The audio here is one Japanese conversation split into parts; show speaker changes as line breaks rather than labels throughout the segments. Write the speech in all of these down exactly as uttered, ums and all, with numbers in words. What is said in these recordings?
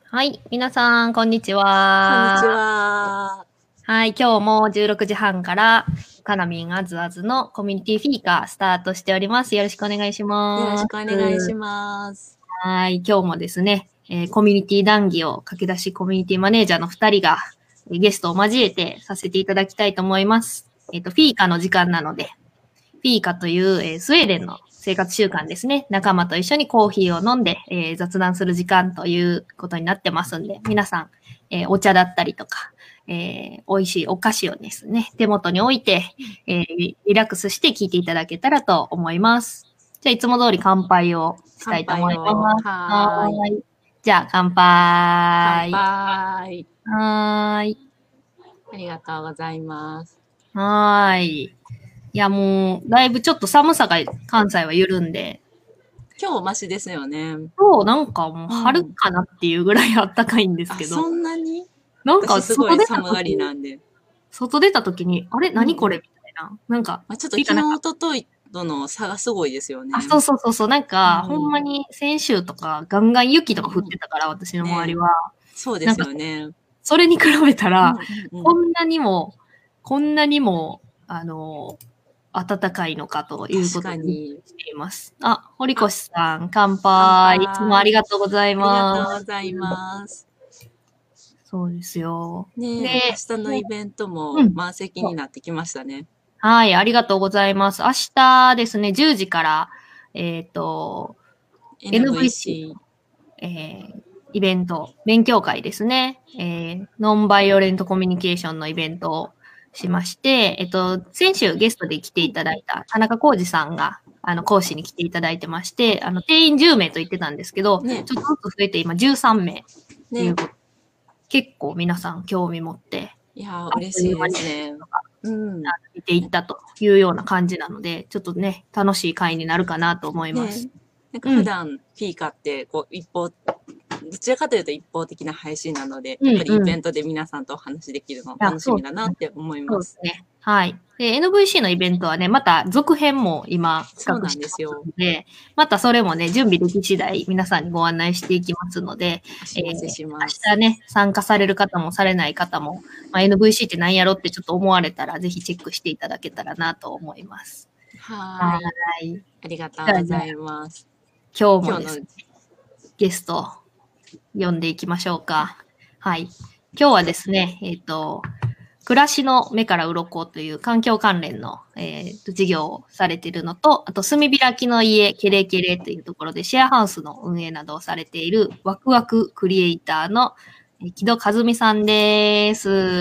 はい。皆さん、こんにち
こんに
は。
ちは。
はい。今日もじゅうろくじはんから、かなみんあずあずのコミュニティフィーカースタートしております。よろしくお願いします。
よろしくお願いします。
はい。今日もですね、えーコミュニティ談義を駆け出しコミュニティマネージャーのふたりが、えーゲストを交えてさせていただきたいと思います。えっ、と、フィーカの時間なので、フィーカという、えースウェーデンの生活習慣ですね。仲間と一緒にコーヒーを飲んで、えー雑談する時間ということになってますんで、皆さん、えーお茶だったりとか、えー美味しいお菓子をですね、手元に置いて、えーリラックスして聞いていただけたらと思います。じゃあ、いつも通り乾杯をした
乾
いと思い
杯を。
ます。は
はーい。
ーい。じゃあ、乾
乾
杯。
杯。
はーい。
ありがとうございます。
はーい。いや、もう、だいぶちょっと寒さが関西は緩んで、
今日マシですよね。
今日なんかもう
う
春
ん。
かなっていうぐらい暖かいんです
あ、
けど、
そんなに
なんか
私すご
外出た
い寒がりな
時、
んで。
外出た時に、あれ
うんうん。
何これみたいな。なんか、
まあ、ちょっと昨日、
ていうかなんか、
おとといとの差がすごいですよ
あ、
ね。
そうそうそうそう、なん
う
か、ほんま
ん。
に先週とかガンガン雪とか降っ
うんうん。
てたから、私の周り
ねえ。
は。
そうです
なんか、
よね。
それに比べたら、
うんうんうん。
こんなにも、こんなにも、あの、暖かいのかという
確
ことで、びっく
かに。
りしています。あ、堀越
あ、
さん、乾
乾
杯。いつもあり
杯。
がとうござい
ありがと
ます。
うございます。
そうですよ。で、
ねえ、明日のイベント
うん。
も満席になってきましたね。
はい、ありがとうございます。明日ですね、じゅうじから、えっ、と、エヌブイシー
エヌブイシー。
えーイベント、勉強会ですね。えーノンバイオレントコミュニケーションのイベントをしまして、えっと、先週ゲストで来ていただいた田中浩二さんが、あの、講師に来ていただいてまして、あの、定員じゅうめいと言ってたんですけど、
ね、
ちょっとずつ増えて今じゅうさんめいとい
ね。
うこと。結構皆さん興味持って、
いやー、
あっという間に
嬉しいですね。うん。
見ていったというような感じなので、ちょっとね、楽しい会になるかなと思いま
ね。
す。
なんか
うん。
普段、フィーカって、こう、一方、どちらかというと一方的な配信なので、
うん
やっぱりイ
うん。い
ベントで皆さんとお話しできるの
や、
楽しみだ
そうですね。
なって思います。
そうですね。はい。で、エヌブイシー のイベントはね、また続編も今
そうな
企画してま
んですよ。
すので、またそれもね、準備でき次第皆さんにご案内していきますので、
お
えー、
知らせし
明
ます。
日ね、参加される方もされない方も、まあ、エヌブイシー って何やろってちょっと思われたら、ぜひチェックしていただけたらなと思います。は
はーい。
い。
ありがと
じゃあ、じゃあ
うございます。
今日も
今日の、
ですね、ゲスト呼んでいきましょうか。はい。今日はですね、えっ、と、暮らしの目から鱗という環境関連の、えーと事業をされているのと、あと、炭開きの家、ケレケレというところでシェアハウスの運営などをされているワクワククリエイターのえー木戸和美さんです。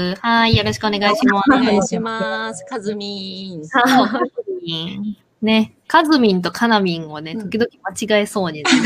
はい、よろしくお願いします。
よろしくお願いします。かずみん。
そう、カズミン。ね、カズミンとカナミンをね、
うん。
時々間違えそうになる。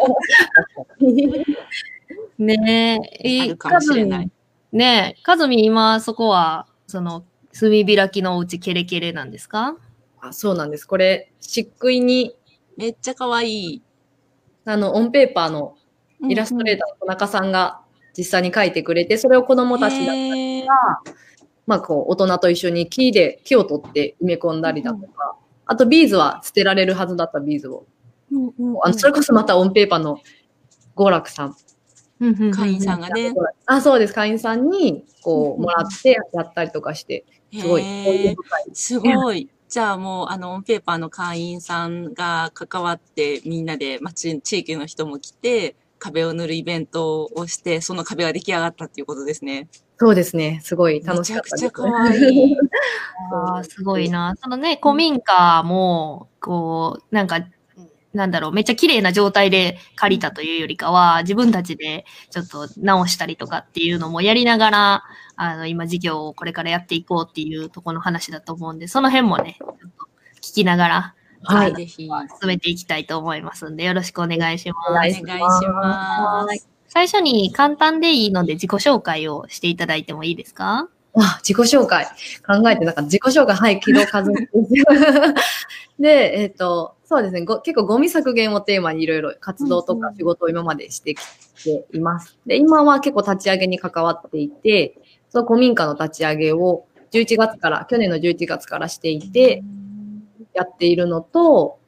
ねえ、え、
あるかも
カズミン、
しれない。
ねえ、カズミン今そこは、その、炭開きのお家ケレケレなんですか？
あ、そうなんです。これ、漆喰に、
めっちゃ可愛い。
あの、オンペーパーのイラスト
うんうん。
レーターの田中さんが実際に描いてくれて、それを子供たちだったり
へえ。
とか、まあ、こう、大人と一緒に木で、木を取って埋め込んだりだ
うん
とか、あとビーズは捨てられるはずだったビーズを、
うんうん
あの、
うん。
それこそまたオンペーパーの郷楽さん。
うんうんうん
会員さ
うん。
んがね。
あ、そうです。会員さんに、こう、
うんうん
もらってやったりとかして、
うん。
すごい、思い
へえ、
出深い。
すごい。じゃあもう、あの、オンペーパーの会員さんが関わって、みんなで町、地域の人も来て、壁を塗るイベントをして、その壁が出来上がったっていうことですね。
そうですね。すごい
め
楽し
ちゃくちゃ
かったです。
可愛い。
そう
ああ、すごいな。そのね、
うん。
古民家も、こう、なんか、なんだろう、めっちゃ綺麗な状態で借りたというよりかは、自分たちでちょっと直したりとかっていうのもやりながら、あの、今事業をこれからやっていこうっていうところの話だと思うんで、その辺もね、ちょっと聞きながら、
はい。
ぜひぜひ、
進めていきたいと思いますんで、よろしくお願いします。
お願いし
お願いし
ます。
はい。
ます。
最初に簡単でいいので自己紹介をしていただいてもいいですか？
あ、自己紹介。考えてなかった。自己紹介、はい、木戸和美です。で、えっ、と、そうですねご、結構ゴミ削減をテーマにいろいろ活動とか仕事を今までしてきています。で、今は結構立ち上げに関わっていて、その古民家の立ち上げをじゅういちがつから、去年のじゅういちがつからしていて、やっているのと、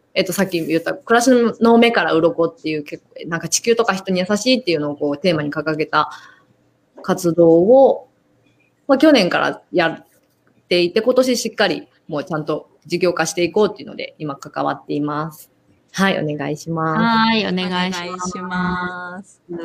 えっと、さっき言った、暮らしの目から鱗っていう、結構、なんか地球とか人に優しいっていうのをこうテーマに掲げた活動を、まあ、去年からやっていて、今年しっかりもうちゃんと事業化していこうっていうので、今関わっています。はい、お願いします。
はい、お願いします。
お願いします。
うん。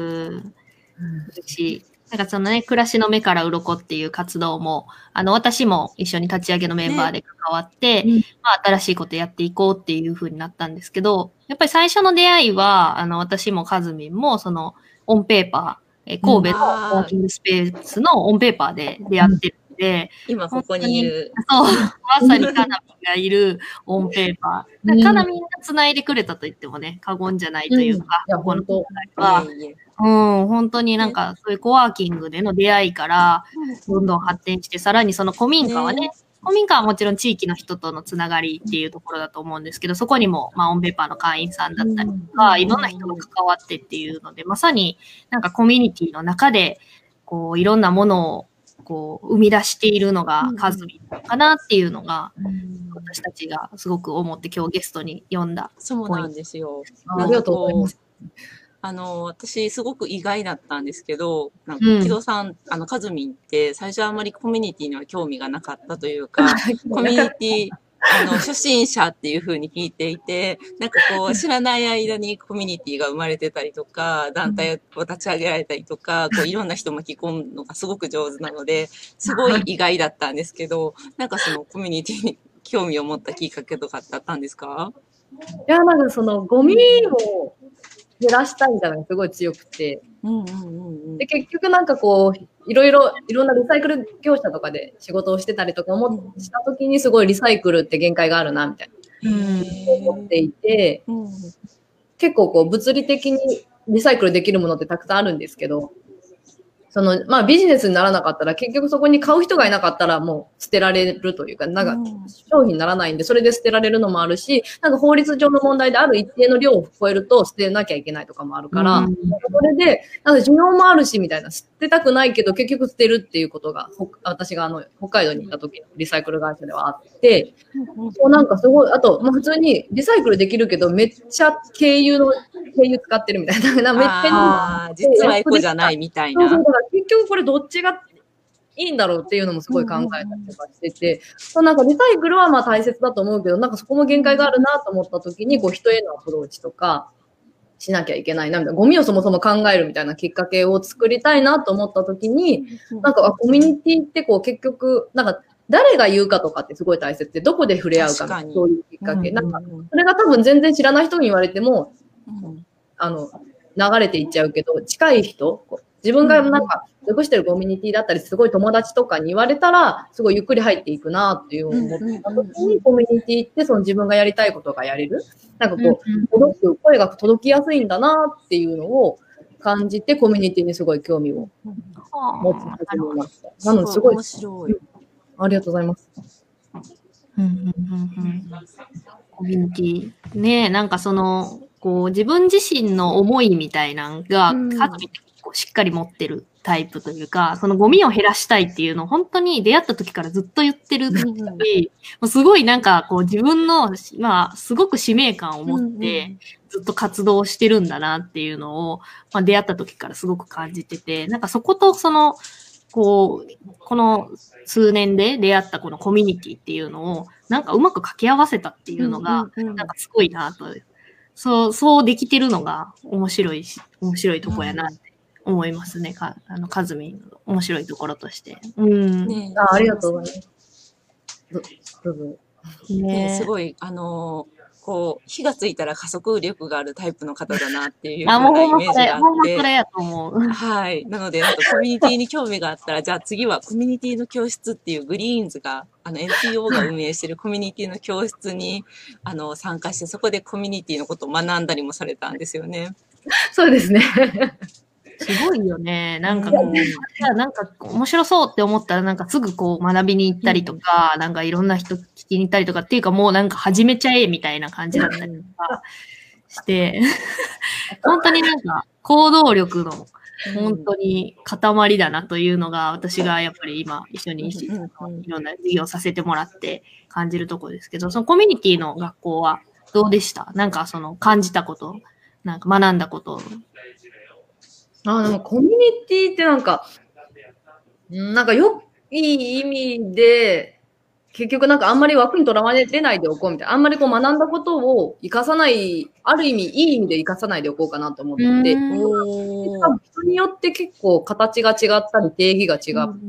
嬉しい。なんかそのね、暮らしの目から鱗っていう活動も、あの、私も一緒に立ち上げのメンバーで関わって、ね、まあ、新しいことやっていこうっていう風になったんですけど、やっぱり最初の出会いは、あの、私もカズミンも、その、オンペーパー、え神戸のワーキングスペースのオンペーパーで出会ってるんで、
今ここにいる。
そう、まさにカナミンがいるオンペーパー。カナミンが繋いでくれたと言ってもね、過言じゃないというか、
うん、この
問題は、うん、本当になんか、そういうコワーキングでの出会いから、どんどん発展して、さらにその古民家はね、古民家はもちろん地域の人とのつながりっていうところだと思うんですけど、そこにも、まあ、オンペーパーの会員さんだったりとか、いろんな人が関わってっていうので、まさになんかコミュニティの中で、こう、いろんなものを、こう、生み出しているのがカズミンかなっていうのが、私たちがすごく思って今日ゲストに呼んだ。
そうなんですよ。
ありがとうございます。
あの、私、すごく意外だったんですけど、なんか、木戸さん、うん、あの、カズミンって、最初はあんまりコミュニティには興味がなかったというか、コミュニティ、あの、初心者っていう風に聞いていて、なんかこう、知らない間にコミュニティが生まれてたりとか、団体を立ち上げられたりとか、こう、いろんな人巻き込むのがすごく上手なので、すごい意外だったんですけど、なんかそのコミュニティに興味を持ったきっかけとかってあったんですか？
いや、なんかその、ゴミを、減らしたいみたいなのがすごい強くて、で結局なんかこういろいろいろんなリサイクル業者とかで仕事をしてたりとか思した時にすごいリサイクルって限界があるなみたいな思っていて、結構こう物理的にリサイクルできるものってたくさんあるんですけど、そのまあビジネスにならなかったら結局そこに買う人がいなかったらもう捨てられるというか、なんか商品にならないんでそれで捨てられるのもあるし、なんか法律上の問題である一定の量を超えると捨てなきゃいけないとかもあるから、それでなんか需要もあるしみたいな、捨てたくないけど結局捨てるっていうことが私があの北海道に行った時のリサイクル会社ではあって、そうなんかすごい、あとまあ普通にリサイクルできるけどめっちゃ軽油の軽油使ってるみたいな、めっちゃ
実はエコじゃないみたいな。
そうそう、結局これどっちがいいんだろうっていうのもすごい考えたりとかしてて、そうなんかリサイクルはまあ大切だと思うけど、なんかそこも限界があるなと思った時に、こう人へのアプローチとかしなきゃいけないなみたいな、ゴミをそもそも考えるみたいなきっかけを作りたいなと思った時に、なんかコミュニティってこう結局、なんか誰が言うかとかってすごい大切で、どこで触れ合うかそういうきっかけ。なんかそれが多分全然知らない人に言われても、あの、流れていっちゃうけど、近い人、自分がなんか属してるコミュニティだったり、すごい友達とかに言われたら、すごいゆっくり入っていくなっていう思った時に、コミュニティってその自分がやりたいことがやれる。なんかこう、届く、声が届きやすいんだなっていうのを感じて、コミュニティにすごい興味を持ち始めました。なので、すごい。面白い。ありがとうございます。
うんうんうんうん、コミュニティ。ねえ、なんかその、こう自分自身の思いみたいなのが、うん、かつしっかり持ってるタイプというか、そのゴミを減らしたいっていうのを本当に出会った時からずっと言ってるし、うん、もうすごいなんかこう自分の、まあすごく使命感を持ってずっと活動してるんだなっていうのを、まあ、出会った時からすごく感じてて、なんかそことその、こう、この数年で出会ったこのコミュニティっていうのをなんかうまく掛け合わせたっていうのが、なんかすごいなと。そう、そうできてるのが面白いし、面白いとこやなって思いますね。かあの、カズミの面白いところとして。うん。
ね、あ、ありがとうございます。どどうぞ。
ね、すごい、あのー、こう、火がついたら加速力があるタイプの方だなっていうようなイメージがあって。
それやと思う。
はい。なので、なんかコミュニティに興味があったら、じゃあ次はコミュニティの教室っていうグリーンズが、あの エヌピーオー が運営しているコミュニティの教室にあの参加して、そこでコミュニティのことを学んだりもされたんですよね。
そうですね。
すごいよね。なんかこう、じゃあなんか面白そうって思ったらなんかすぐこう学びに行ったりとか、うん、なんかいろんな人聞きに行ったりとかっていうかもうなんか始めちゃえみたいな感じだったりとかして、本当になんか行動力の本当に塊だなというのが私がやっぱり今一緒にいろんな授業させてもらって感じるところですけど、そのコミュニティの学校はどうでした？なんかその感じたこと、なんか学んだこと。
あ、でもコミュニティってなんか、なんかよ、いい意味で、結局なんかあんまり枠にとらわれないでおこうみたいな。あんまりこう学んだことを活かさない、ある意味いい意味で活かさないでおこうかなと思って、多分人によって結構形が違ったり定義が違って、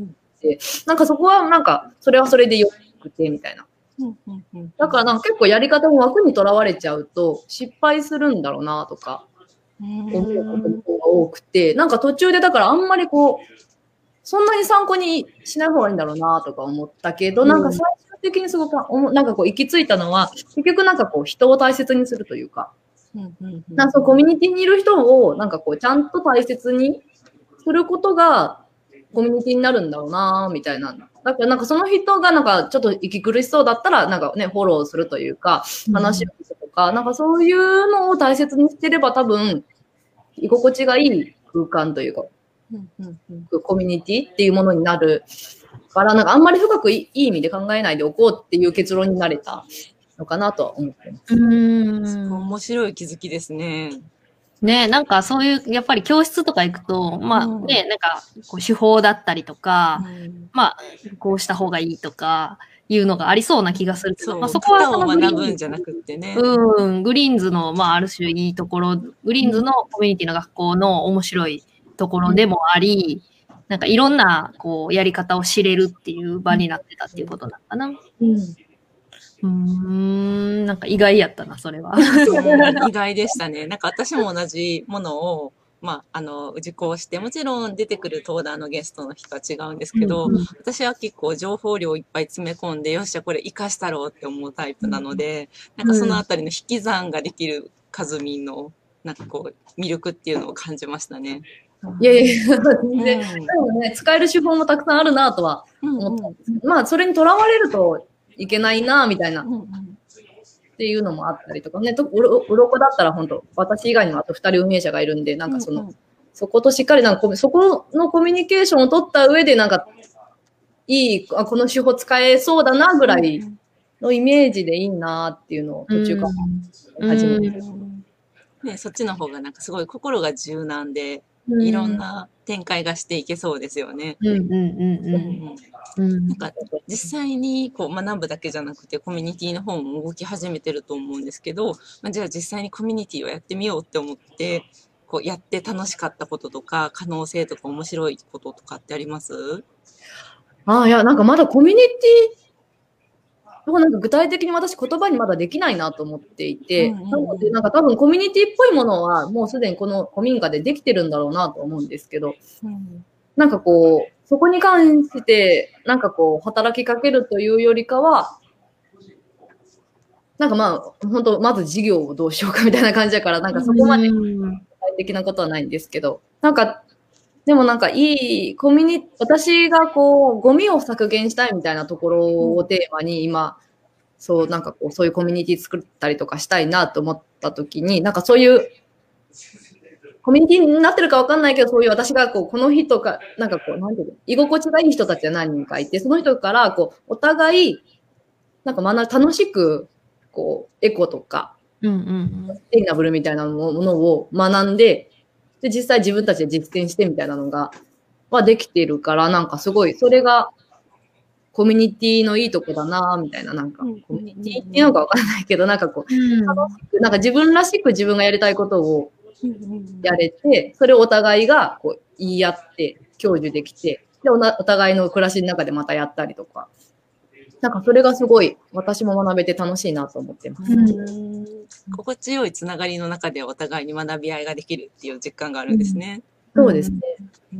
なんかそこはなんかそれはそれでよくてみたいな。だからなんか結構やり方も枠にとらわれちゃうと失敗するんだろうなとか思うことが多くて、なんか途中でだからあんまりこう、そんなに参考にしない方がいいんだろうなとか思ったけど、なんか最終的にすごく、なんかこう行き着いたのは、結局なんかこう人を大切にするというか、なんかそうコミュニティにいる人をなんかこうちゃんと大切にすることがコミュニティになるんだろうなみたいな。だからなんかその人がなんかちょっと息苦しそうだったらなんかね、フォローするというか、話をするとか、なんかそういうのを大切にしてれば多分、居心地がいい空間というか、うんうんうん、コミュニティっていうものになるから、なんかあんまり深くいい意味で考えないでおこうっていう結論になれたのかなとは思ってます。
うーん、面白い気づきですね。
ね、なんかそういう、やっぱり教室とか行くと、まあね、うん、なんかこう手法だったりとか、うん、まあ、こうした方がいいとか、いうのがありそうな気がするけど、
そう、
まあ、
そこはその学ぶんじゃなくってね。
うん、グリーンズの、まあ、ある種いいところ、グリーンズのコミュニティの学校の面白いところでもあり、なんかいろんな、こう、やり方を知れるっていう場になってたっていうことなのかな。うん。うーん、なんか意外やったな、それは。
意外でしたね。なんか私も同じものを、まあ、あの、受講して、もちろん出てくる登壇のゲストの人は違うんですけど、うんうん、私は結構情報量いっぱい詰め込んで、よっしゃ、これ活かしたろうって思うタイプなので、なんかそのあたりの引き算ができるカズミンの、なんかこう、魅力っていうのを感じましたね。
いやいや、全然、うん、でもね、使える手法もたくさんあるなとは思ったんですけど、うんうん、まあ、それにとらわれるといけないな、みたいな。うんうんっていうのもあったりとかね、とうろうろこだったら本当、私以外にもあとふたり運営者がいるんで、なんかその、うんうん、そことしっかりなんか、そこのコミュニケーションを取った上で、なんか、いい、あ、この手法使えそうだなぐらいのイメージでいいなっていうのを途中から始めて、うん
うん、ね、そっちの方がなんかすごい心が柔軟で、うん、いろんな展開がしていけそうですよね。うんうんうんうんうん、なんか実際にこう学ぶだけじゃなくてコミュニティの方も動き始めてると思うんですけど、まあ、じゃあ実際にコミュニティをやってみようって思ってこうやって楽しかったこととか可能性とか面白いこととかってあります？
ああ、いや、なんかまだコミュニティをなんか具体的に私言葉にまだできないなと思っていて、うんうんうん、なのでなんか多分コミュニティっぽいものはもうすでにこの古民家でできてるんだろうなと思うんですけど、うん、なんかこうそこに関して、なんかこう、働きかけるというよりかは、なんかまあ、本当まず事業をどうしようかみたいな感じだから、なんかそこまで具体的なことはないんですけど、なんか、でもなんかいいコミュニ、私がこう、ゴミを削減したいみたいなところをテーマに今、そう、なんかこう、そういうコミュニティ作ったりとかしたいなと思ったときに、なんかそういう、コミュニティになってるかわかんないけど、そういう私がこう、この人か、なんかこう、なんていうの、居心地がいい人たちは何人かいて、その人から、こう、お互い、なんか学楽しく、こう、エコとか、
うんうんうん、
ステイナブルみたいなものを学んで、で、実際自分たちで実践してみたいなのが、はできてるから、なんかすごい、それが、コミュニティのいいとこだなみたいな、なんか、コミュニティっていうのかわかんないけど、なんかこう、楽しく、なんか自分らしく自分がやりたいことを、やれて、それをお互いがこう言い合って享受できて、でお互いの暮らしの中でまたやったりとか、なんかそれがすごい私も学べて楽しいなと思ってます。うん、
心地よいつながりの中でお互いに学び合いができるっていう実感があるんですね。
うん、そうですね。
うん、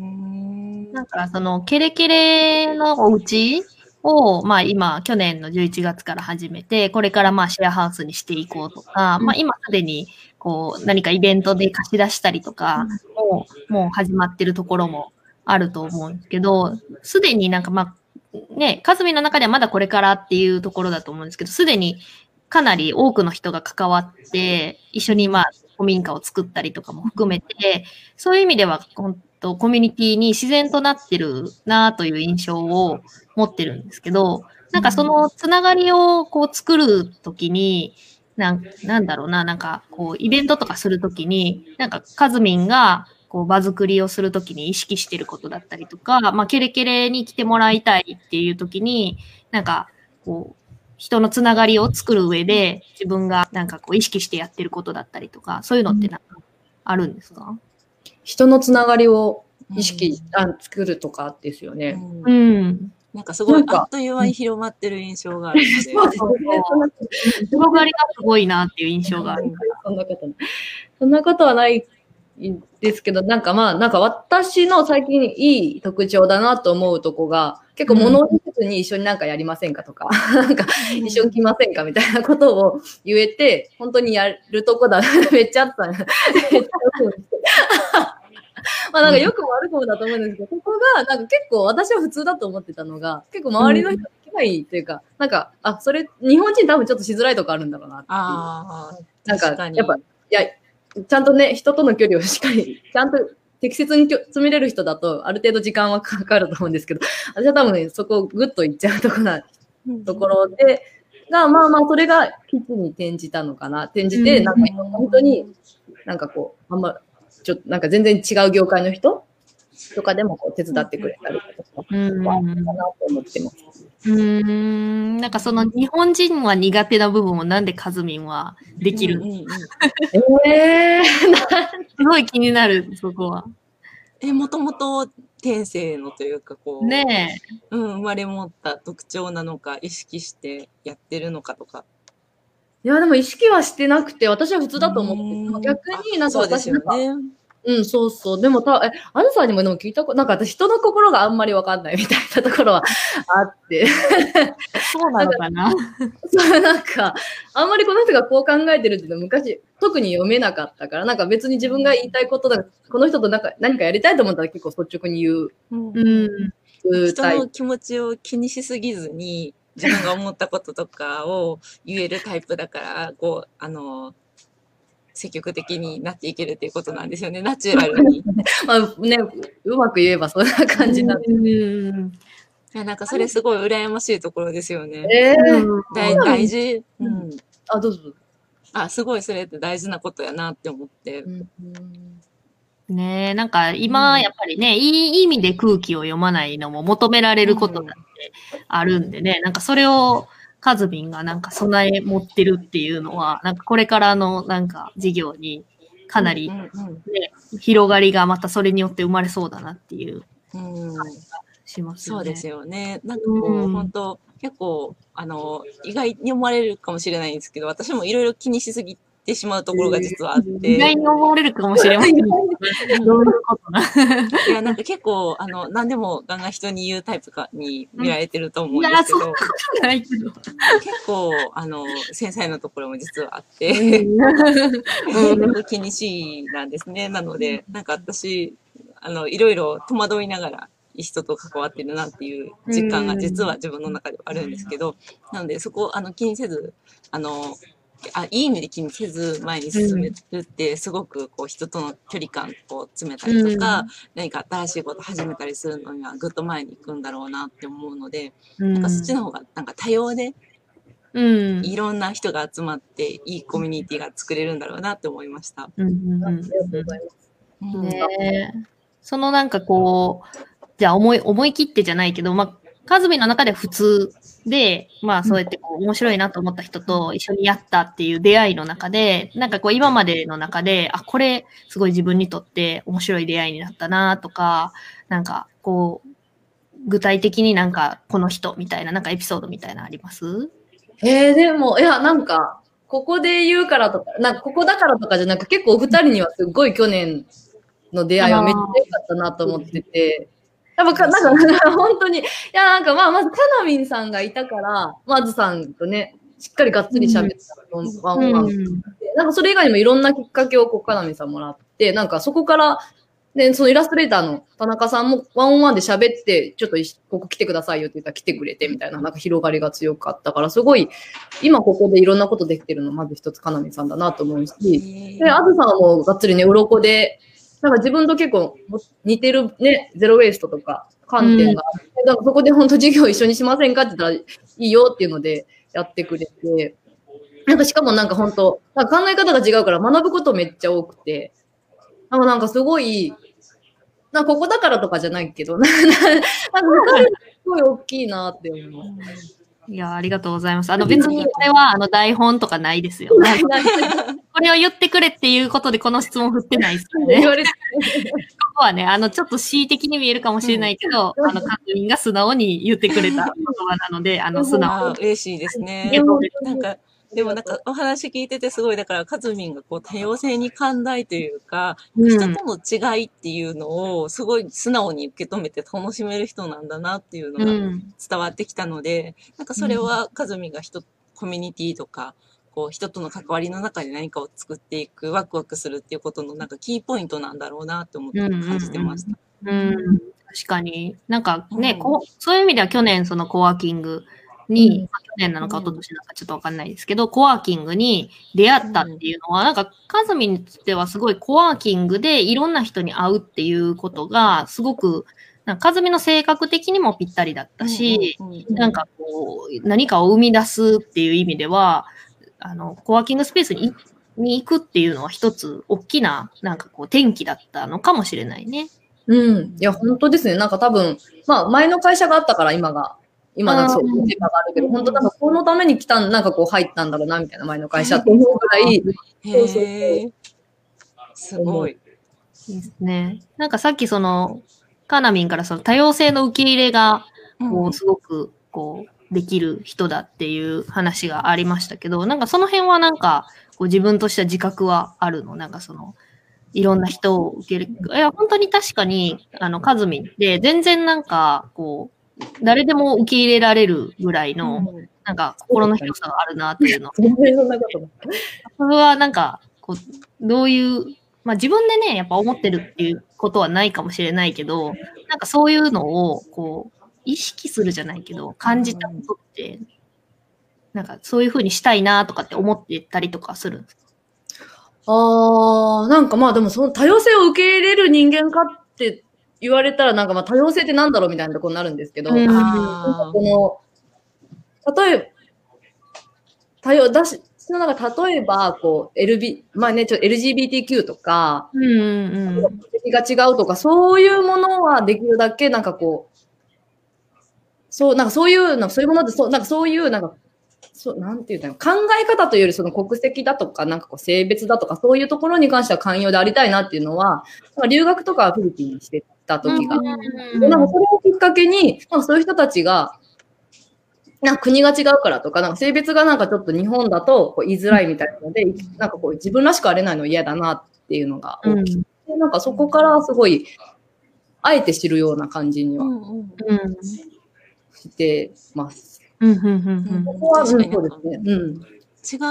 なんかそのケレケレのお家を、まあ今、去年のじゅういちがつから始めて、これからまあシェアハウスにしていこうとか、うん、まあ今すでにこう何かイベントで貸し出したりとかも、うん、もう始まってるところもあると思うんですけど、すでになんかまあ、ね、カズミの中ではまだこれからっていうところだと思うんですけど、すでにかなり多くの人が関わって、一緒にまあ古民家を作ったりとかも含めて、そういう意味では本当コミュニティに自然となってるなという印象を持ってるんですけど、なんかそのつながりをこう作るときに、 なんなんだろうな、なんか、こう、イベントとかするときに、なんか、カズミンが、こう、場作りをするときに意識してることだったりとか、まあ、ケレケレに来てもらいたいっていうときに、なんか、こう、人のつながりを作る上で、自分がなんかこう、意識してやってることだったりとか、そういうのってなんか、あるんですか？
人のつながりを意識、うん、あ作るとかですよね。
うん。うん
なんかすごいあっという間に広まってる印象があるので。そうそう
広がりがすごいなっていう印象があるから。
そんなことない。そんなことはないんですけど、なんかまあ、なんか私の最近いい特徴だなと思うとこが、結構物を言わずに一緒になんかやりませんかとか、なんか一緒に来ませんかみたいなことを言えて、本当にやるとこだ。めっちゃあったね。めっちゃまあなんか良くも悪くもだと思うんですけど、ここがなんか結構私は普通だと思ってたのが、結構周りの人が聞けばいいというか、うん、なんか、あ、それ、日本人多分ちょっとしづらいとこあるんだろうなっていう。
あ
なんか、やっぱ、いや、ちゃんとね、人との距離をしっかり、ちゃんと適切に詰めれる人だと、ある程度時間はかかると思うんですけど、私は多分、ね、そこをグッといっちゃうところな、ところで、が、まあまあ、それが基地に転じたのかな。転じて、なんか本当に、なんかこう、あんま、ちょっとなんか全然違う業界の人とかでもこう手伝ってくれたりとか、うん、かなと思ってます。
うーん、なんかその日本人は苦手な部分をなんでカズミンはできるの？うんうんうん、
えー、
すごい気になる、そこは。
え、もともと天性のというかこう、
ねえ、
うん、生まれ持った特徴なのか、意識してやってるのかとか。
いや、でも意識はしてなくて、私は普通だと思って、逆になんか私なんか、そうですよね。うん、そうそう。でもた、え、あずさんにもでも聞いたこと、なんか私人の心があんまりわかんないみたいなところはあって。
そうなのかな
そう、なんか、あんまりこの人がこう考えてるっていうの昔、特に読めなかったから、なんか別に自分が言いたいことだ、この人となんか何かやりたいと思ったら結構率直に言う。
うん。人の気持ちを気にしすぎずに、自分が思ったこととかを言えるタイプだから、こう、あの、積極的になっていけるっていうことなんですよね、ナチュラルに。
まあね、うまく言えばそんな感じなんです。
いや、なんかそれすごい羨ましいところですよね。
えー、
大大事、うん。
あ、どうぞ。
あ、すごいそれって大事なことやなって思って。
うん
ねえ、なんか今やっぱりね、うん、いい意味で空気を読まないのも求められることだってあるんでね、うん、なんかそれをカズミンがなんか備え持ってるっていうのは、なんかこれからのなんか事業にかなり、ね、うんうんうん、広がりがまたそれによって生まれそうだなっていう感じがしますよね。
そうですよね。なんかこう、うん、本当結構、あの、意外に思われるかもしれないんですけど、私もいろいろ気にしすぎてしまうところが実はあって。
意外に思われるかもしれません。どういうことな。
いや、なんか結構、あの、何でもガンガン人に言うタイプかに見られてると思うんですけど。
いや、そんなことないけど。
結構、あの、繊細なところも実はあって、うん、気にしいなんですね。なので、なんか私、あの、いろいろ戸惑いながら、人と関わってるなっていう実感が実は自分の中ではあるんですけど、なのでそこをあの気にせず、あの、あいい意味で気にせず前に進めるってすごくこう人との距離感を詰めたりとか、何か新しいこと始めたりするのにはぐっと前に行くんだろうなって思うので、なんかそっちの方がなんか多様で、いろんな人が集まっていいコミュニティが作れるんだろうなって思いました。
ありがとうございます。
ね、そのなんかこう、じゃあ思い、思い切ってじゃないけど、まあ、カズミの中では普通で、まあそうやってこう面白いなと思った人と一緒にやったっていう出会いの中で、なんかこう今までの中で、あ、これすごい自分にとって面白い出会いになったなとか、なんかこう、具体的になんかこの人みたいな、なんかエピソードみたいなのあります？
えー、でも、いや、なんか、ここで言うからとか、なんかここだからとかじゃなく、結構お二人にはすごい去年の出会いはめっちゃ良かったなと思ってて、やっぱなんか、本当に、いや、なんかまあ、まず、カナミンさんがいたから、まずさんとね、しっかりがっつり喋ったの、ワンワン。なんかそれ以外にもいろんなきっかけをこう、カナミンさんもらって、なんかそこから、で、そのイラストレーターの田中さんもワンオンワンで喋って、ちょっとここ来てくださいよって言ったら来てくれてみたいな、なんか広がりが強かったから、すごい、今ここでいろんなことできてるの、まず一つカナミンさんだなと思うし、で、あずさんはもうがっつりね、鱗で、なんか自分と結構似てるね、ゼロウェイストとか観点があって、うん、だからそこで本当授業一緒にしませんかって言ったらいいよっていうのでやってくれて、 なんかしかもなんか本当、なんか考え方が違うから学ぶことめっちゃ多くて、なんかなんかすごい、なんかここだからとかじゃないけど、なんかすごい大きいなって思います。
いや、ありがとうございます。あの別にこれはあの台本とかないですよ。これを言ってくれっていうことでこの質問振ってないですよね。
言われて
ここはね、あのちょっと恣意的に見えるかもしれないけど、うん、あのカズミンが素直に言ってくれた言葉なので、あの素直に。
嬉しいですね。なんかでもなんかお話聞いててすごい、だからカズミンがこう多様性に寛大というか、うん、人との違いっていうのをすごい素直に受け止めて楽しめる人なんだなっていうのが伝わってきたので、うん、なんかそれはカズミンが人、コミュニティとか、こう人との関わりの中で何かを作っていく、ワクワクするっていうことのなんかキーポイントなんだろうなって思って感じてました。
うん、うんうん、確かに。なんかね、うん、こう、そういう意味では去年そのコワーキングに、うん、去年なのか一昨年なのかちょっとわかんないですけど、コワーキングに出会ったっていうのは、なんか、カズミにとってはすごいコワーキングでいろんな人に会うっていうことが、すごく、なんか、カズミの性格的にもぴったりだったし、なんかこう、何かを生み出すっていう意味では、あの、コワーキングスペースにに行くっていうのは一つ大きな、なんかこう、転機だったのかもしれないね。
うん。いや、本当ですね。なんか多分、まあ、前の会社があったから今が、今なんかそういうテーマがあるけど、本当多分このために来たん、なんかこう入ったんだろうな、みたいな前の会社って思うぐらい。
そうそうそう。すごい。
いいですね。なんかさっきその、カナミンからその多様性の受け入れが、こう、すごく、こう、できる人だっていう話がありましたけど、なんかその辺はなんか、こう自分としては自覚はあるの？なんかその、いろんな人を受ける。いや、本当に確かに、あの、カズミンって全然なんか、こう、誰でも受け入れられるぐらいの、うん、なんか心の広さがあるなっていうの。
全然そんなことない。
それはなんか、こう、どういう、まあ自分でね、やっぱ思ってるっていうことはないかもしれないけど、なんかそういうのを、こう、意識するじゃないけど、感じたことって、なんかそういう風にしたいなとかって思ってたりとかするんですか？
あー、なんかまあでもその多様性を受け入れる人間かって言われたらなんかまあ多様性ってなんだろうみたいなところになるんですけど、うん、あこの例えば多様だし、なんか例えばこう エルビー まあねちょっと エルジービーティーキュー とか、
うんうん、
が違うとかそういうものはできるだけなんかこうそうなんかそういうなんかそういうものでそうなんかそういうなんかそうなんていうの考え方というよりその国籍だとかなんかこう性別だとかそういうところに関しては寛容でありたいなっていうのは留学とかフィリピンにしてた時が、うん、でなんかそれをきっかけになんかそういう人たちがなんか国が違うからとかなんか性別がなんかちょっと日本だとこう言いづらいみたいなので、うん、なんかこう自分らしくあれないの嫌だなっていうのが大きくて、うん、なんかそこからすごいあえて知るような感じにはしてます。
うんうんうんうん、
ここはそうですね。うん、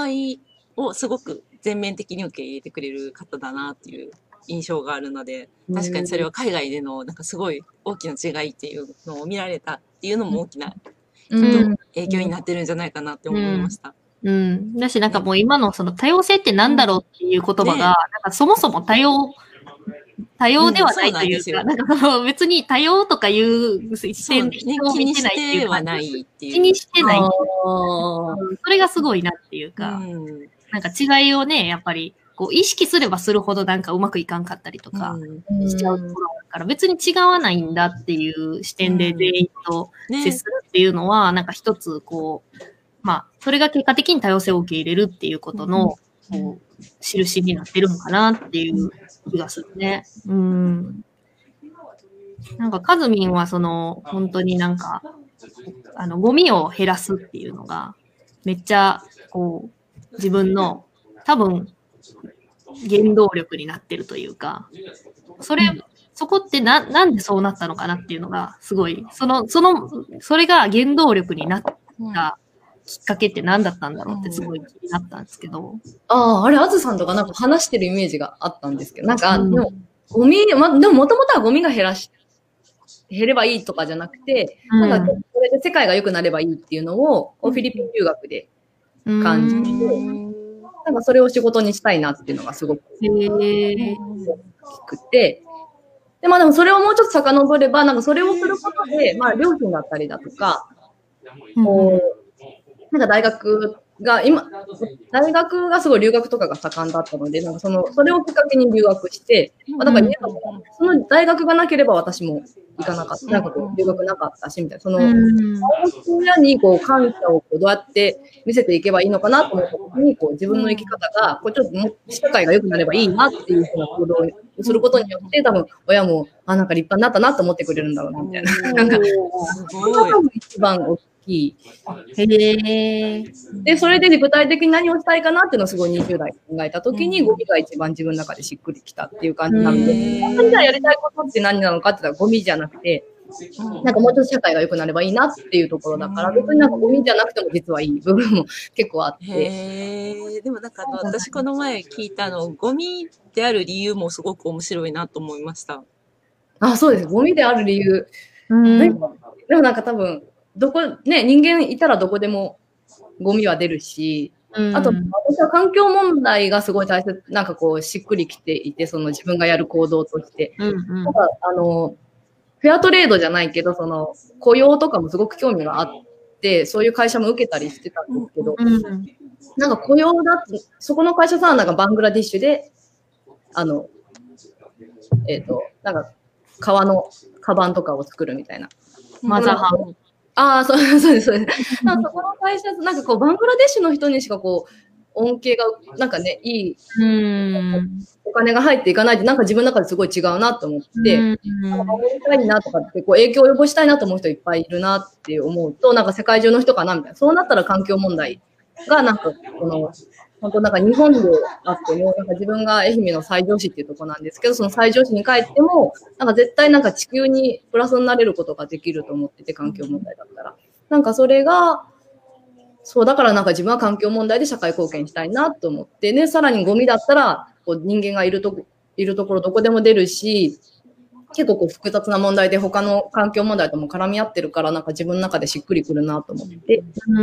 違いをすごく全面的に受け入れてくれる方だなっていう印象があるので、確かにそれは海外でのなんかすごい大きな違いっていうのを見られたっていうのも大きな、うん、影響になってるんじゃないかなって思いました。
うん、うん、だしなんかもう今のその多様性ってなんだろうっていう言葉が、ね、なんかそもそも多様多様ではないというか、うん、なんかその別に多様とかいう視点で人を見てないっていうか、気にしてない。それがすごいなっていうか、うん、なんか違いをね、やっぱりこう意識すればするほどなんかうまくいかんかったりとかしちゃうところだから別に違わないんだっていう視点で全員と接するっていうのは、なんか一つこう、まあ、それが結果的に多様性を受け入れるっていうことの、こう、印になってるのかなっていう気がするね。うん。なんか、カズミンはその、本当になんか、あの、ゴミを減らすっていうのが、めっちゃ、こう、自分の、多分、原動力になってるというか、それ、そこってな、なんでそうなったのかなっていうのが、すごい、その、その、それが原動力になったきっかけって何だったんだろうってすごい気になったんですけど。
ああ、あれ、あずさんとかなんか話してるイメージがあったんですけど、なんか、うん、でも、ゴミ、ま、でももともとはゴミが減らし、減ればいいとかじゃなくて、うん、なんか、それで世界が良くなればいいっていうのを、フィリピン留学で感じて、なんかそれを仕事にしたいなっていうのがすごく大きくて、で、まあでもそれをもうちょっと遡れば、なんかそれをすることで、まあ料金だったりだとか、こう、なんか大学が今、大学がすごい留学とかが盛んだったので、なんかその、それをきっかけに留学して、まあ、だから、その大学がなければ私も行かなかった、なんかこう、留学なかったし、みたいな、その、大学親にこう、感謝をこうどうやって見せていけばいいのかなと思った時に、こう、自分の生き方が、こう、ちょっとも社会が良くなればいいなっていうふうな行動をすることによって、多分、親も、あ、なんか立派になったなと思ってくれるんだろうな、みたいな。なんか、それが多分一番大きい。
へえ。
で、それで具体的に何をしたいかなっていうのをすごいにじゅう代考えたときに、ゴミが一番自分の中でしっくりきたっていう感じなので、本当にじゃあやりたいことって何なのかって言ったらゴミじゃなくて、なんかもうちょっと社会が良くなればいいなっていうところだから、別になんかゴミじゃなくても実はいい部分も結構あって。
へー。でもなんかあの私この前聞いたの、ゴミである理由もすごく面白いなと思いました。
あ、そうです。ゴミである理由。
うん、
でもなんか多分、どこ、ね、人間いたらどこでもゴミは出るし、うん、あと、私は環境問題がすごい大切、なんかこう、しっくりきていて、その自分がやる行動として。うんうん、ただ、あの、フェアトレードじゃないけど、その、雇用とかもすごく興味があって、そういう会社も受けたりしてたんですけど、うんうん、なんか雇用だって、そこの会社さんはなんかバングラディッシュで、あの、えっ、ー、と、なんか、革のカバンとかを作るみたいな。
マザーハン。
ああ、そうそうです、そうです。なんかそこの会社、なんかこう、バングラデシュの人にしかこう、恩恵が、なんかね、いい、うんお金が入っていかないって、なんか自分の中ですごい違うなと思って、うんなんか守りたいなとかって、こう、影響を及ぼしたいなと思う人いっぱいいるなって思うと、なんか世界中の人かなみたいな。そうなったら環境問題が、なんか、この、本当なんか日本であっても、なんか自分が愛媛の西条市っていうところなんですけど、その西条市に帰っても、なんか絶対なんか地球にプラスになれることができると思ってて、環境問題だったら。なんかそれが、そうだからなんか自分は環境問題で社会貢献したいなと思って、ね、さらにゴミだったら、こう人間がいるとこ、いるところどこでも出るし、結構こう複雑な問題で他の環境問題とも絡み合ってるから、なんか自分の中でしっくりくるなと思って、うん、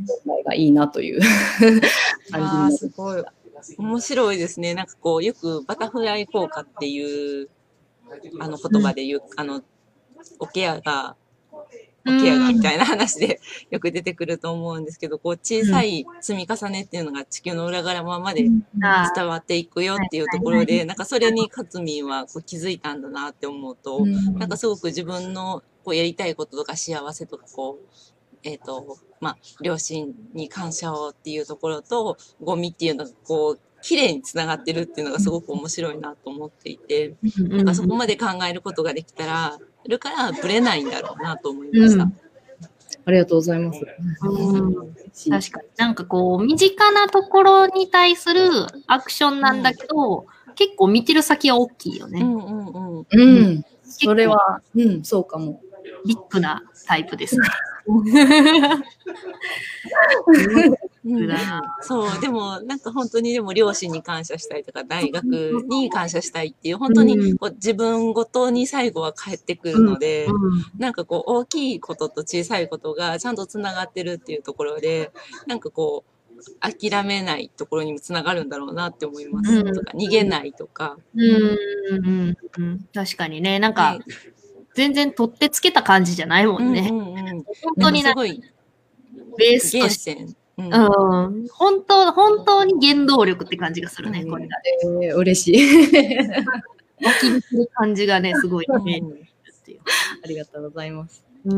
がいいなという
感じすごい面白いですね。なんかこうよくバタフライ効果っていうあの言葉で言う、うん、あのおケアがおケアがみたいな話でよく出てくると思うんですけど、こう小さい積み重ねっていうのが地球の裏側まで伝わっていくよっていうところで、なんかそれにかつみんはこう気づいたんだなって思うと、なんかすごく自分のこうやりたいこととか幸せとかこう、えっと、まあ、両親に感謝をっていうところと、ゴミっていうのがこう、綺麗につながってるっていうのがすごく面白いなと思っていて、なんかそこまで考えることができたら、るからブレないんだろうなと思いました。うん、
ありがとうございます。
うん、確かに。なんかこう、身近なところに対するアクションなんだけど、うん、結構見てる先は大きいよね。
うんうんうん。うん。それは、うん、そうかも。
ビッグなタイプですね。
うん、そう、でもなんか本当にでも両親に感謝したいとか大学に感謝したいっていう本当にこう自分ごとに最後は返ってくるので、なんかこう大きいことと小さいことがちゃんとつながってるっていうところで、なんかこう諦めないところにもつながるんだろうなって思います。うん、とか逃げないとか。
うんうんうん、確かにね、なんか、ね、全然取ってつけた感じじゃないもんね。うんうんうん、本当になんか
すごい
ベースとして。うん、うん、本当、本当に原動力って感じがするね、うん、これが。
えー、嬉しい。
湧き出る感じがね、すごいね。
ありがとうございます。
うん。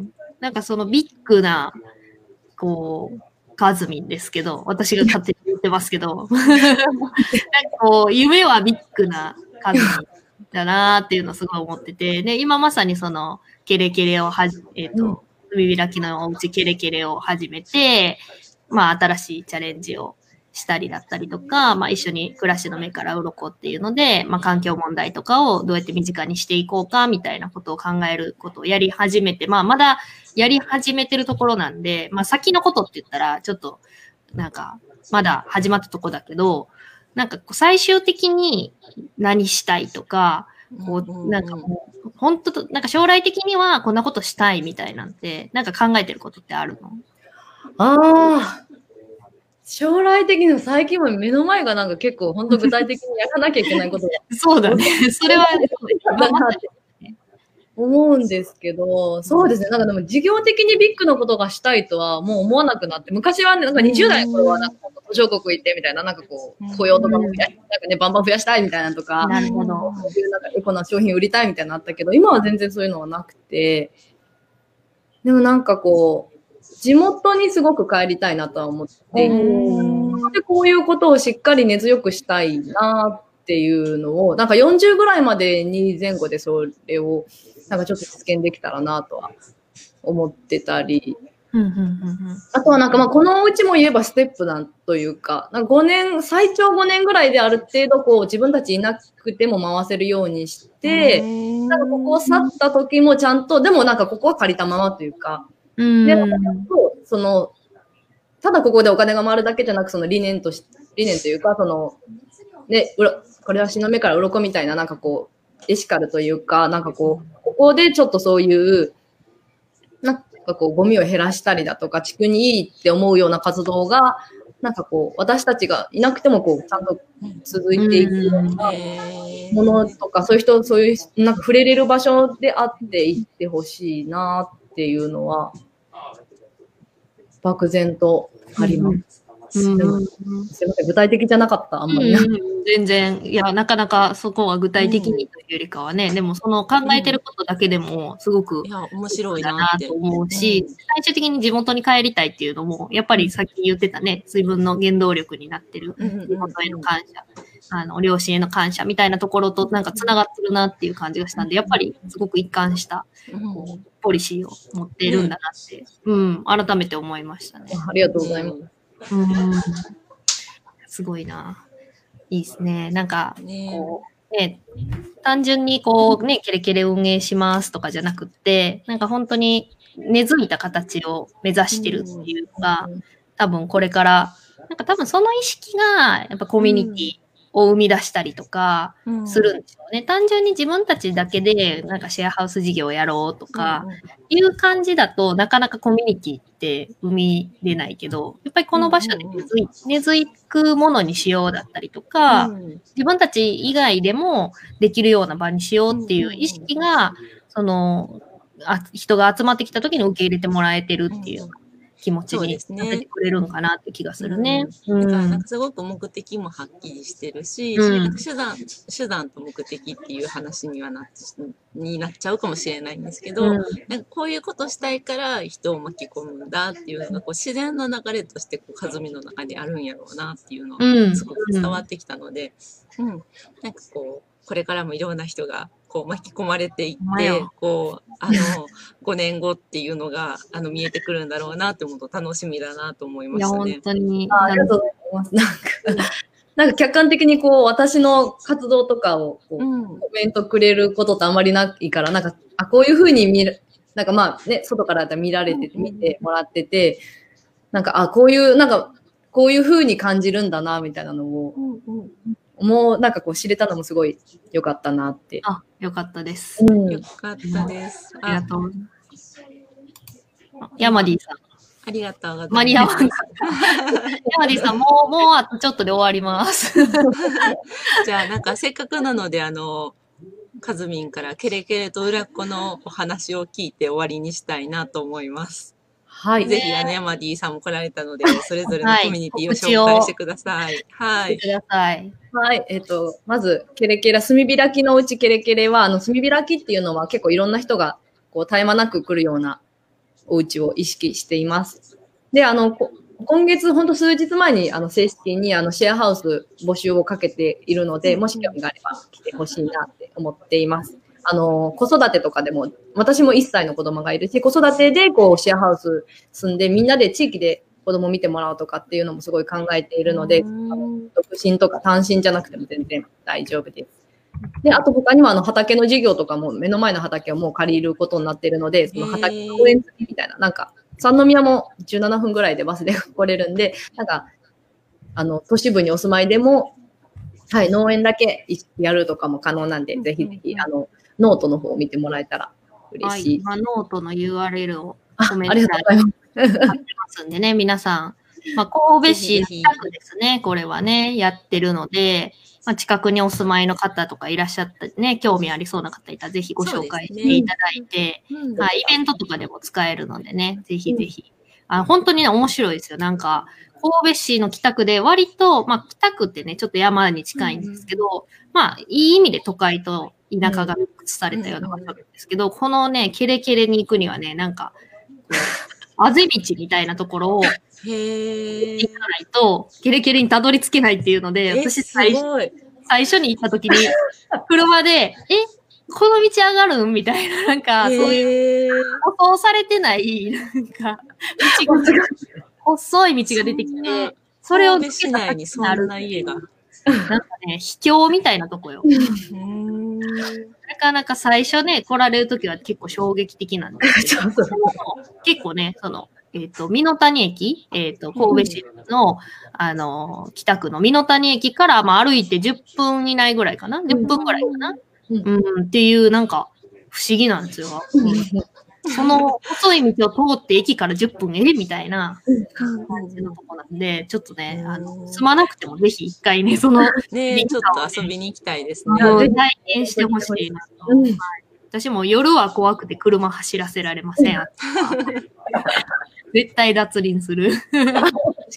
なんかそのビッグな、こう、カズミンですけど、私が勝手に言ってますけど、なんかこう、夢はビッグなカズミンだなーっていうのをすごい思ってて、で、今まさにその、ケレケレをはじ、えっ、ー、と、海開きのおうちケレケレを始めて、まあ新しいチャレンジをしたりだったりとか、まあ一緒に暮らしの目から鱗っていうので、まあ環境問題とかをどうやって身近にしていこうかみたいなことを考えることをやり始めて、まあまだやり始めてるところなんで、まあ先のことって言ったらちょっとなんかまだ始まったとこだけど、なんか最終的に何したいとか、こう、なんかもう、本当と、なんか将来的にはこんなことしたいみたいなんて、なんか考えてることってあるの？
ああ、将来的に最近は目の前がなんか結構本当具体的にやらなきゃいけないことが。
そうだね。それは、
思うんですけど、そうですね。なんかでも事業的にビッグなことがしたいとはもう思わなくなって、昔はね、なんかにじゅう代の頃はなんか途上国行ってみたいな、なんかこう、雇用とかも増やし、なんかね、バンバン増やしたいみたいなとか、
なるほど。
そういうなんかエコな商品売りたいみたいなのあったけど、今は全然そういうのはなくて、でもなんかこう、地元にすごく帰りたいなとは思っていて、でこういうことをしっかり根強くしたいなっていうのを、なんかよんじゅうぐらいまでに前後でそれを、なんかちょっと実現できたらなとは思ってたり、
うんうんうんうん、
あとはなんかまあこのお家も言えばステップなんというか、なんかごねん、最長ごねんぐらいである程度こう自分たちいなくても回せるようにして、なんかここを去った時もちゃんと、でもなんかここは借りたままというか、
うん、
で、その、ただここでお金が回るだけじゃなく、その理念とし、理念というか、その、ね、うろこれは死の目から鱗みたいな、なんかこう、エシカルというか、なんかこう、ここでちょっとそういう、なんかこう、ゴミを減らしたりだとか、地区にいいって思うような活動が、なんかこう、私たちがいなくても、こう、ちゃんと続いていくようなものとか、そういう人、そういう、なんか触れれる場所であっていってほしいなっていうのは、漠然とあります。うん、でもすいません、具体的じゃなかった、あんまり、
うん。全然、いや、なかなかそこは具体的にというよりかはね、うん、でもその考えてることだけでもすごく、
いや、面白いな
と思うし、うん、最終的に地元に帰りたいっていうのも、やっぱりさっき言ってたね、自分の原動力になってる、地元への感謝、あの、両親への感謝みたいなところとなんか繋がってるなっていう感じがしたんで、やっぱりすごく一貫した、こうポリシーを持っているんだなって、うん、改めて思いましたね。
ありがとうございます。
うん、すごいな。いいですね。なんか、こう、ね、単純にこうね、ケレケレ運営しますとかじゃなくって、なんか本当に根付いた形を目指してるっていうか、多分これから、なんか多分その意識が、やっぱコミュニティを生み出したりとかするんでしょうね。うん、単純に自分たちだけでなんかシェアハウス事業をやろうとかいう感じだとなかなかコミュニティって生み出ないけど、やっぱりこの場所で根付い、根付くものにしようだったりとか、うん、自分たち以外でもできるような場にしようっていう意識が、そのあ人が集まってきた時に受け入れてもらえてるっていう。うん気持ちにさせてくれるのかなって気がするね。
うん、だからなんかすごく目的もはっきりしてるし、うん、手段、手段と目的っていう話にはなっになっちゃうかもしれないんですけど、うん、なんかこういうことしたいから人を巻き込むんだっていうのがこう自然な流れとしてこう弾みの中にあるんやろうなっていうのがすごく伝わってきたので、うん、うん、なんかこうこれからもいろんな人がこう巻き込まれていって、こう、あの、ごねんごっていうのが、あの、見えてくるんだろうなって思うと楽しみだなと思いましたね。
いや、本当に。
ありがとうございます。なんか、なんか客観的にこう、私の活動とかをこう、うん、コメントくれることってあんまりないから、なんか、あ、こういうふうに見る、なんかまあね、外からだったら見られてて、見てもらってて、なんか、あ、こういう、なんか、こういうふうに感じるんだな、みたいなのを、うんうんもうなんかこう知れたのもすごい良かったなって。
あ、良かったです。
うん、良かったです。
ありがとう。ヤマディさん。
ありがとうございます。
間に合わなかった。ヤマディさん、もう、もうあとちょっとで終わります。
じゃあなんかせっかくなので、あの、カズミンからケレケレと裏っ子のお話を聞いて終わりにしたいなと思います。はい。ぜひ、あの、ヤマディさんも来られたので、それぞれのコミュニティを紹介してください。はい。
してください。
はい。えっと、まず、ケレケレ、炭開きのうちケレケレは、あの、炭開きっていうのは結構いろんな人が、こう、絶え間なく来るようなお家を意識しています。で、あの、今月、ほんと数日前に、あの、正式に、あの、シェアハウス募集をかけているので、もし興味があれば来てほしいなって思っています。あの、子育てとかでも、私もいっさいの子供がいるし、子育てでこうシェアハウス住んで、みんなで地域で子供見てもらうとかっていうのもすごい考えているので、独身とか単身じゃなくても全然大丈夫です。で、あと他にもあの畑の授業とかも目の前の畑をもう借りることになっているので、その畑の応援付きみたいな、なんか、三宮もじゅうななふんぐらいでバスで来れるんで、なんか、あの、都市部にお住まいでも、はい、農園だけやるとかも可能なんで、ぜひぜひ、あの、ノートの方を見てもらえたら嬉しい。
はい、今ノートの ユーアールエル を
コメント欄に貼って
ますんでね、皆さん、 まあ、神戸市の近くですね、これはね、やってるので、まあ、近くにお住まいの方とかいらっしゃったね、興味ありそうな方いたらぜひご紹介していただいて、
うん
はい、イベントとかでも使えるのでね、ぜひぜひ。あ、本当にね、面白いですよ。なんか、神戸市の北区で割と、まあ、北区ってね、ちょっと山に近いんですけど、まあ、いい意味で都会と田舎がミックスされたような場所なんですけど、このね、ケレケレに行くにはね、なんか、こうあぜ道みたいなところを
へー。
行かないと、ケレケレにたどり着けないっていうので、
え、
私
す
最初
ごい。
最初に行った時に、車で、え、この道上がるんみたいな、なんか、そういう
へー。
舗装されてない、なんか、道が、細い道が出てき
そんな
て、それを
神戸市内にそんな家が。
なんかね、秘境みたいなとこよ。
うーん。
なかなか最初ね、来られるときは結構衝撃的なんですけど、
そうそう
結構ね、その、えっ、と、美濃谷駅、えっ、と、神戸市の、あの、北区の美濃谷駅から、まあ、歩いてじゅっぷん以内ぐらいかな ?じゅっ 分ぐらいかな、
うん
うん、っていう、なんか、不思議なんですよ。うんその細い道を通って駅からじゅっぷんえみたいな感じのとこなんで、ちょっとね、あの、住まなくてもぜひ一回ね、その、
ねえ、ちょっと遊びに行きたいですね。
あの体験してほしいなと。
うん
はい私も夜は怖くて車走らせられません。絶対脱輪する。
確か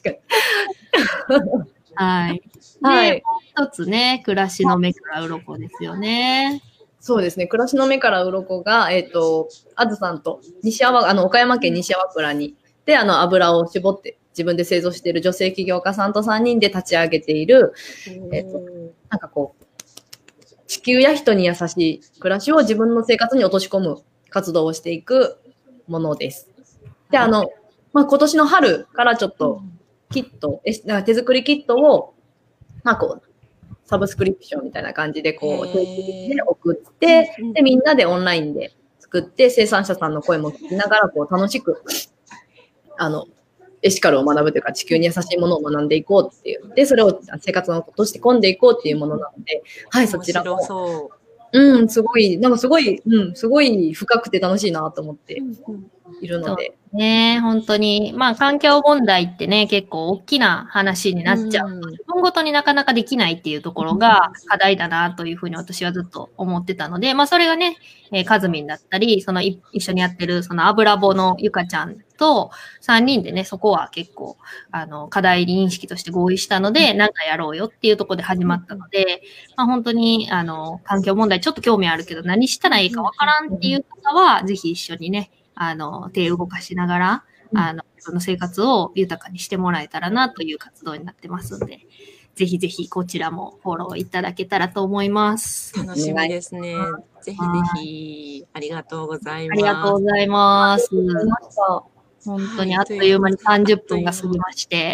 に。
はい。
はい
で、もう一つね、暮らしの目から鱗ですよね。
そうですね。暮らしの目から鱗が、えっ、と、あずさんと西粟、あの、岡山県西粟倉に、で、あの、油を絞って自分で製造している女性起業家さんとさんにんで立ち上げている、えっ、と、なんかこう、地球や人に優しい暮らしを自分の生活に落とし込む活動をしていくものです。で、あの、まあ、今年の春からちょっと、キット、えなんか手作りキットを、まあ、こう、サブスクリプションみたいな感じで、こう、
へー
定期的に送って
うんうん、
で、みんなでオンラインで作って、生産者さんの声も聞きながら、こう、楽しく、あの、エシカルを学ぶというか、地球に優しいものを学んでいこうっていう。で、それを生活のとして込んでいこうっていうものなので、はい、そちらも
面白。そう。
うん、すごい、なんかすごい、うん、すごい深くて楽しいなと思って
うん
いるので。
ね本当に。まあ、環境問題ってね、結構大きな話になっちゃう。
うん
自分ごとになかなかできないっていうところが課題だなというふうに私はずっと思ってたので、まあ、それがね、えー、かずみんだったり、そのい一緒にやってる、その油棒のゆかちゃんとさんにんでね、そこは結構、あの、課題認識として合意したので、なんかやろうよっていうところで始まったので、まあ、本当に、あの、環境問題ちょっと興味あるけど、何したらいいかわからんっていう方は、ぜひ一緒にね、あの、手を動かしながら、あの、その生活を豊かにしてもらえたらなという活動になってますんで、ぜひぜひこちらもフォローいただけたらと思います。
楽しみですね。ぜひぜひ、ありがとうございます。
ありがとうございます。
ま
本当にあっという間にさんじゅっぷんが過ぎまして。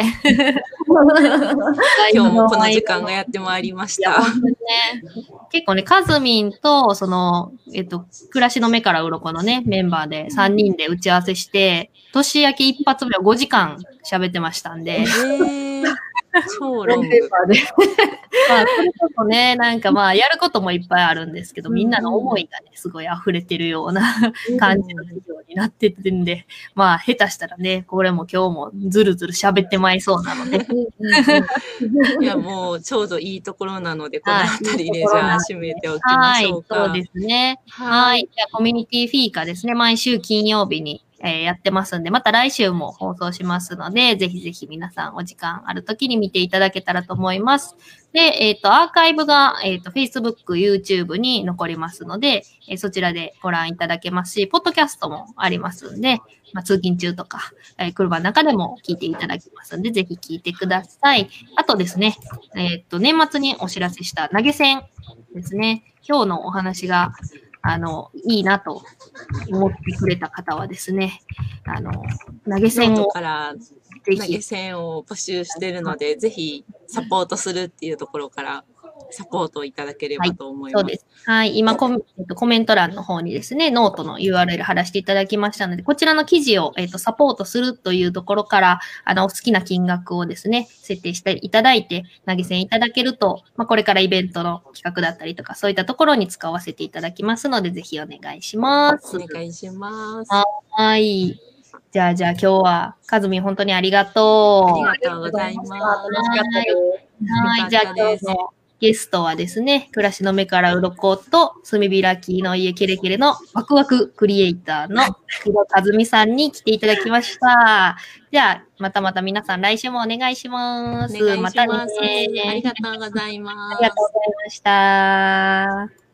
今日もこの時間がやってまいりまし
いや、
た。
本当にね、結構ね、かずみんと、その、えっと、暮らしの目から鱗のね、メンバーでさんにんで打ち合わせして、年明け一発目はごじかん喋ってましたんで、
えー、超ロング。
ペーパーで。
まあ、それこそね、なんかまあ、やることもいっぱいあるんですけど、みんなの思いがね、すごい溢れてるような感じの授業になってるんで、まあ、下手したらね、これも今日もずるずる喋ってまいそうなので、
いや、もうちょうどいいところなので、この
はい
辺りでじゃあ締めておきま
はい、
しょうか。
そうですね。
は
はいい。じゃあ、コミュニティフィーカですね。毎週金曜日に、えーやってますんで、また来週も放送しますので、ぜひぜひ皆さんお時間あるときに見ていただけたらと思います。で、えっ、と、アーカイブが、えっ、と、Facebook、YouTube に残りますので、えーそちらでご覧いただけますし、ポッドキャストもありますんで、まあ、通勤中とか、えー車の中でも聞いていただけますんで、ぜひ聞いてください。あとですね、えっ、と、年末にお知らせした投げ銭ですね。今日のお話が、あの、いいなと思ってくれた方はですね、あの、投げ銭
ノート
を
から
ぜ
投げ
ひ、
銭を募集しているので、ぜひサポートするっていうところからサポートいただければと思います。
そうです。はい。今コメ、えっと、コメント欄の方にですね、ノートの ユーアールエル 貼らせていただきましたので、こちらの記事を、えっと、サポートするというところから、あの、お好きな金額をですね、設定していただいて、投げ銭いただけると、まあ、これからイベントの企画だったりとか、そういったところに使わせていただきますので、ぜひお願いします。
お願いします。
はい。じじゃあ、じゃあ今日は、かずみん本当にありがとう。
ありがとうございます。
楽しかったです。
はい。じゃあ今日のゲストはですね、暮らしの目から鱗と、炭開きの家ケレケレのワクワククリエイターの木戸和美さんに来ていただきました。じゃあ、またまた皆さん来週もお願いします。
お願いします。
またね。
ありがとうございます。
ありがとうございました。